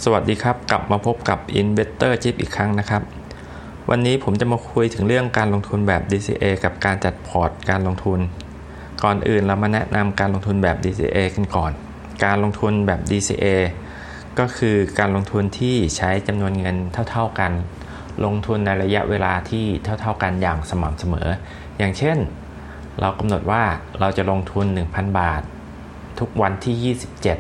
สวัสดีครับกลับมาพบกับ Investor Chip อีกครั้งนะครับวันนี้ผมจะมาคุยถึงเรื่องการลงทุนแบบ DCA กับการจัดพอร์ตการลงทุนก่อนอื่นเรามาแนะนำการลงทุนแบบ DCA กันก่อนการลงทุนแบบ DCA ก็คือการลงทุนที่ใช้จำนวนเงินเท่าๆกันลงทุนในระยะเวลาที่เท่าๆกันอย่างสม่ำเสมออย่างเช่นเรากำหนดว่าเราจะลงทุน 1,000 บาททุกวันที่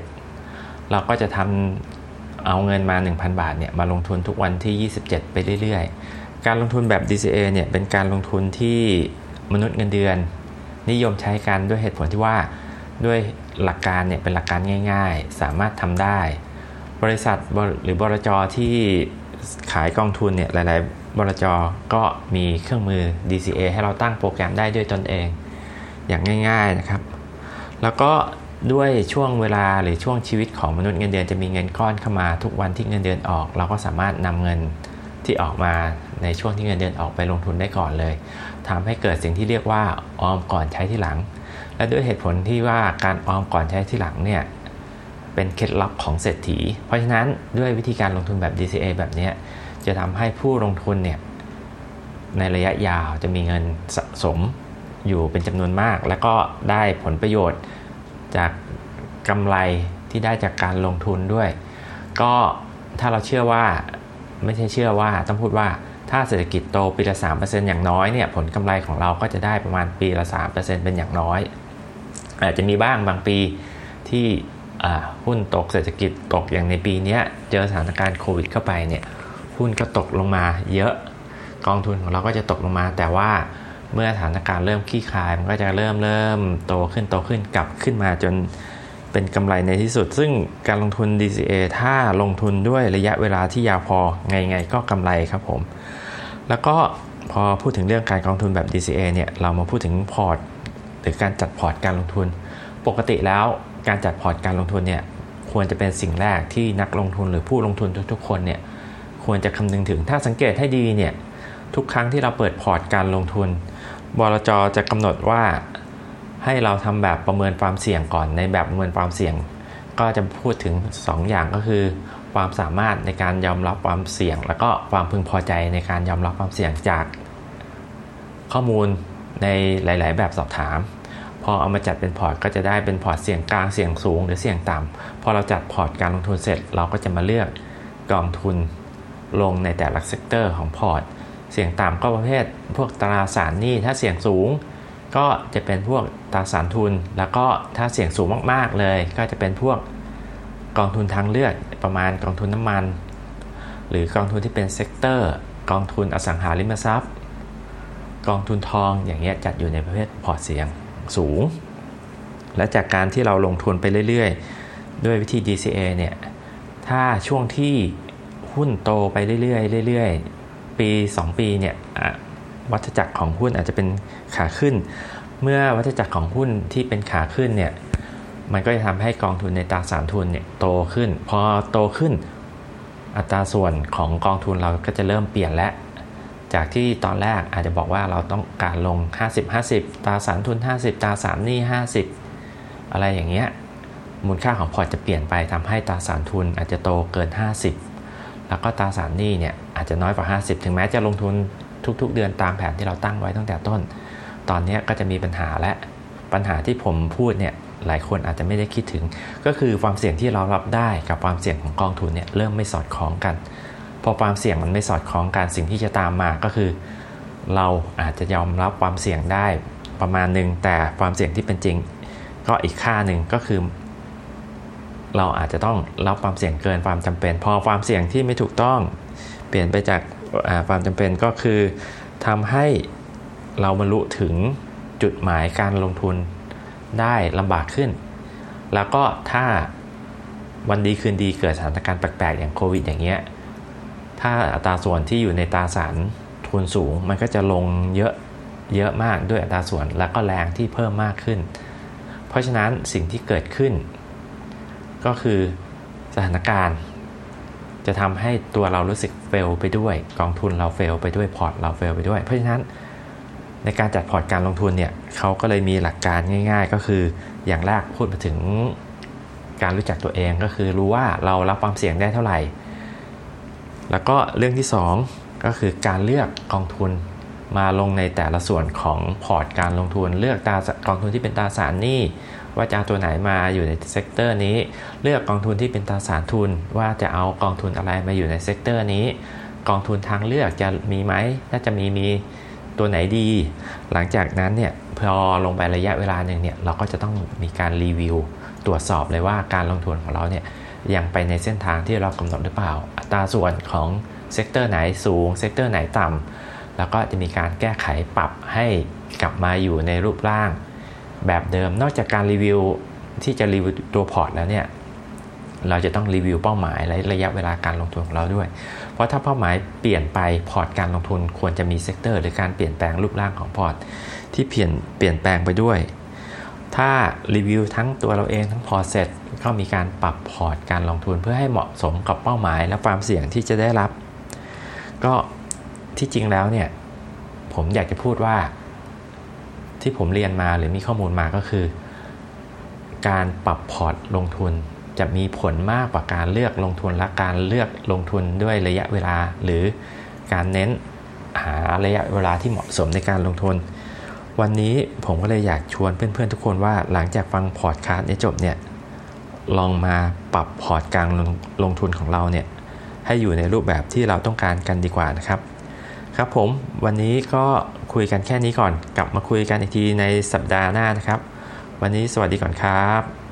27เราก็จะเอาเงินมา 1,000 บาทเนี่ยมาลงทุนทุกวันที่27ไปเรื่อยๆการลงทุนแบบ DCA เนี่ยเป็นการลงทุนที่มนุษย์เงินเดือนนิยมใช้กันด้วยเหตุผลที่ว่าด้วยหลักการเนี่ยเป็นหลักการง่ายๆสามารถทำได้บริษัทหรือบลจ.ที่ขายกองทุนเนี่ยหลายๆบลจ.ก็มีเครื่องมือ DCA ให้เราตั้งโปรแกรมได้ด้วยตนเองอย่างง่ายๆนะครับแล้วก็ด้วยช่วงเวลาหรือช่วงชีวิตของมนุษย์เงินเดือนจะมีเงินก้อนเข้ามาทุกวันที่เงินเดือนออกเราก็สามารถนำเงินที่ออกมาในช่วงที่เงินเดือนออกไปลงทุนได้ก่อนเลยทำให้เกิดสิ่งที่เรียกว่าออมก่อนใช้ที่หลังและด้วยเหตุผลที่ว่าการออมก่อนใช้ที่หลังเนี่ยเป็นเคล็ดลับของเศรษฐีเพราะฉะนั้นด้วยวิธีการลงทุนแบบ DCA แบบนี้จะทำให้ผู้ลงทุนเนี่ยในระยะยาวจะมีเงินสะสมอยู่เป็นจำนวนมากและก็ได้ผลประโยชน์จากกำไรที่ได้จากการลงทุนด้วยก็ถ้าเราเชื่อว่าไม่ใช่เชื่อว่าต้องพูดว่าถ้าเศรษฐกิจโตปีละ 3% อย่างน้อยเนี่ยผลกำไรของเราก็จะได้ประมาณปีละ 3% เป็นอย่างน้อยอาจจะมีบ้างบางปีที่หุ้นตกเศรษฐกิจตกอย่างในปีนี้เจอสถานการณ์โควิดเข้าไปเนี่ยหุ้นก็ตกลงมาเยอะกองทุนของเราก็จะตกลงมาแต่ว่าเมื่อสถานการณ์เริ่มคลี่คลายมันก็จะเริ่มโตขึ้นกลับขึ้นมาจนเป็นกำไรในที่สุดซึ่งการลงทุน DCA ถ้าลงทุนด้วยระยะเวลาที่ยาวพอไงก็กำไรครับผมแล้วก็พอพูดถึงเรื่องการกองทุนแบบ DCA เนี่ยเรามาพูดถึงพอร์ตหรือการจัดพอร์ตการลงทุนปกติแล้วการจัดพอร์ตการลงทุนเนี่ยควรจะเป็นสิ่งแรกที่นักลงทุนหรือผู้ลงทุนทุกๆคนเนี่ยควรจะคำนึงถึงถ้าสังเกตให้ดีเนี่ยทุกครั้งที่เราเปิดพอร์ตการลงทุนบลจ.จะกำหนดว่าให้เราทำแบบประเมินความเสี่ยงก่อนในแบบประเมินความเสี่ยงก็จะพูดถึง2 อย่างก็คือความสามารถในการยอมรับความเสี่ยงแล้วก็ความพึงพอใจในการยอมรับความเสี่ยงจากข้อมูลในหลายๆแบบสอบถามพอเอามาจัดเป็นพอร์ตก็จะได้เป็นพอร์ตเสี่ยงกลางเสี่ยงสูงหรือเสี่ยงต่ำพอเราจัดพอร์ตการลงทุนเสร็จเราก็จะมาเลือกกองทุนลงในแต่ละเซกเตอร์ของพอร์ตเสี่ยงต่ำก็ประเภทพวกตราสารหนี้ถ้าเสี่ยงสูงก็จะเป็นพวกตราสารทุนแล้วก็ถ้าเสี่ยงสูงมากๆเลยก็จะเป็นพวกกองทุนทางเลือกประมาณกองทุนน้ำมันหรือกองทุนที่เป็นเซกเตอร์กองทุนอสังหาริมทรัพย์กองทุนทองอย่างเงี้ยจัดอยู่ในประเภทพอร์ตเสี่ยงสูงและจากการที่เราลงทุนไปเรื่อยๆด้วยวิธี DCA เนี่ยถ้าช่วงที่หุ้นโตไปเรื่อยๆปี2ปีเนี่ยวัฏจักรของหุ้นอาจจะเป็นขาขึ้นเมื่อวัฏจักรของหุ้นที่เป็นขาขึ้นเนี่ยมันก็จะทำให้กองทุนในตราสารทุนเนี่ยโตขึ้นพอโตขึ้นอัตราส่วนของกองทุนเราก็จะเริ่มเปลี่ยนและจากที่ตอนแรกอาจจะบอกว่าเราต้องการลง50-50ตราสารทุน50ตราสารหนี้50อะไรอย่างเงี้ยมูลค่าของพอร์ตจะเปลี่ยนไปทำให้ตราสารทุนอาจจะโตเกิน50แล้วก็ตราสารหนี้เนี่ยอาจจะน้อยกว่า50ถึงแม้จะลงทุนทุกๆเดือนตามแผนที่เราตั้งไว้ตั้งแต่ต้นตอนนี้ก็จะมีปัญหาที่ผมพูดเนี่ยหลายคนอาจจะไม่ได้คิดถึงก็คือความเสี่ยงที่เรารับได้กับความเสี่ยงของกองทุนเนี่ยเริ่มไม่สอดคล้องกันพอความเสี่ยงมันไม่สอดคล้องกันสิ่งที่จะตามมาก็คือเราอาจจะยอมรับความเสี่ยงได้ประมาณนึงแต่ความเสี่ยงที่เป็นจริงก็อีกค่านึงก็คือเราอาจจะต้องรับความเสี่ยงเกินความจำเป็นพอความเสี่ยงที่ไม่ถูกต้องเปลี่ยนไปจากความจำเป็นก็คือทำให้เราบรรลุถึงจุดหมายการลงทุนได้ลำบากขึ้นแล้วก็ถ้าวันดีคืนดีเกิดสถานการณ์แปลกๆอย่างโควิดอย่างเงี้ยถ้าอัตราส่วนที่อยู่ในตราสารทุนสูงมันก็จะลงเยอะมากด้วยอัตราส่วนแล้วก็แรงที่เพิ่มมากขึ้นเพราะฉะนั้นสิ่งที่เกิดขึ้นก็คือสถานการณ์จะทำให้ตัวเรารู้สึกเฟลไปด้วยกองทุนเราเฟลไปด้วยพอร์ตเราเฟลไปด้วยเพราะฉะนั้นในการจัดพอร์ตการลงทุนเนี่ยเขาก็เลยมีหลักการง่ายๆก็คืออย่างแรกพูดมาถึงการรู้จักตัวเองก็คือรู้ว่าเรารับความเสี่ยงได้เท่าไหร่แล้วก็เรื่องที่2ก็คือการเลือกกองทุนมาลงในแต่ละส่วนของพอร์ตการลงทุนเลือกกองทุนที่เป็นตราสารหนี้ว่าจะเอาตัวไหนมาอยู่ในเซกเตอร์นี้เลือกกองทุนที่เป็นตราสารทุนว่าจะเอากองทุนอะไรมาอยู่ในเซกเตอร์นี้กองทุนทางเลือกจะมีไหมถ้าจะมีตัวไหนดีหลังจากนั้นเนี่ยพอลงไประยะเวลาหนึ่งเนี่ยเราก็จะต้องมีการรีวิวตรวจสอบเลยว่าการลงทุนของเราเนี่ยยังไปในเส้นทางที่เรากำหนดหรือเปล่าอัตราส่วนของเซกเตอร์ไหนสูงเซกเตอร์ไหนต่ำแล้วก็จะมีการแก้ไขปรับให้กลับมาอยู่ในรูปร่างแบบเดิมนอกจากการรีวิวที่จะรีวิวตัวพอร์ตแล้วเนี่ยเราจะต้องรีวิวเป้าหมายและระยะเวลาการลงทุนของเราด้วยเพราะถ้าเป้าหมายเปลี่ยนไปพอร์ตการลงทุนควรจะมีเซกเตอร์หรือการเปลี่ยนแปลงรูปร่างของพอร์ตที่เปลี่ยนแปลงไปด้วยถ้ารีวิวทั้งตัวเราเองทั้งพอร์ตเสร็จก็มีการปรับพอร์ตการลงทุนเพื่อให้เหมาะสมกับเป้าหมายและความเสี่ยงที่จะได้รับก็ที่จริงแล้วเนี่ยผมอยากจะพูดว่าที่ผมเรียนมาหรือมีข้อมูลมาก็คือการปรับพอร์ตลงทุนจะมีผลมากกว่าการเลือกลงทุนและการเลือกลงทุนด้วยระยะเวลาหรือการเน้นหาระยะเวลาที่เหมาะสมในการลงทุนวันนี้ผมก็เลยอยากชวนเพื่อนๆทุกคนว่าหลังจากฟังพอดคาสต์นี้จบเนี่ยลองมาปรับพอร์ตการลงทุนของเราเนี่ยให้อยู่ในรูปแบบที่เราต้องการกันดีกว่านะครับครับผมวันนี้ก็คุยกันแค่นี้ก่อนกลับมาคุยกันอีกทีในสัปดาห์หน้านะครับวันนี้สวัสดีก่อนครับ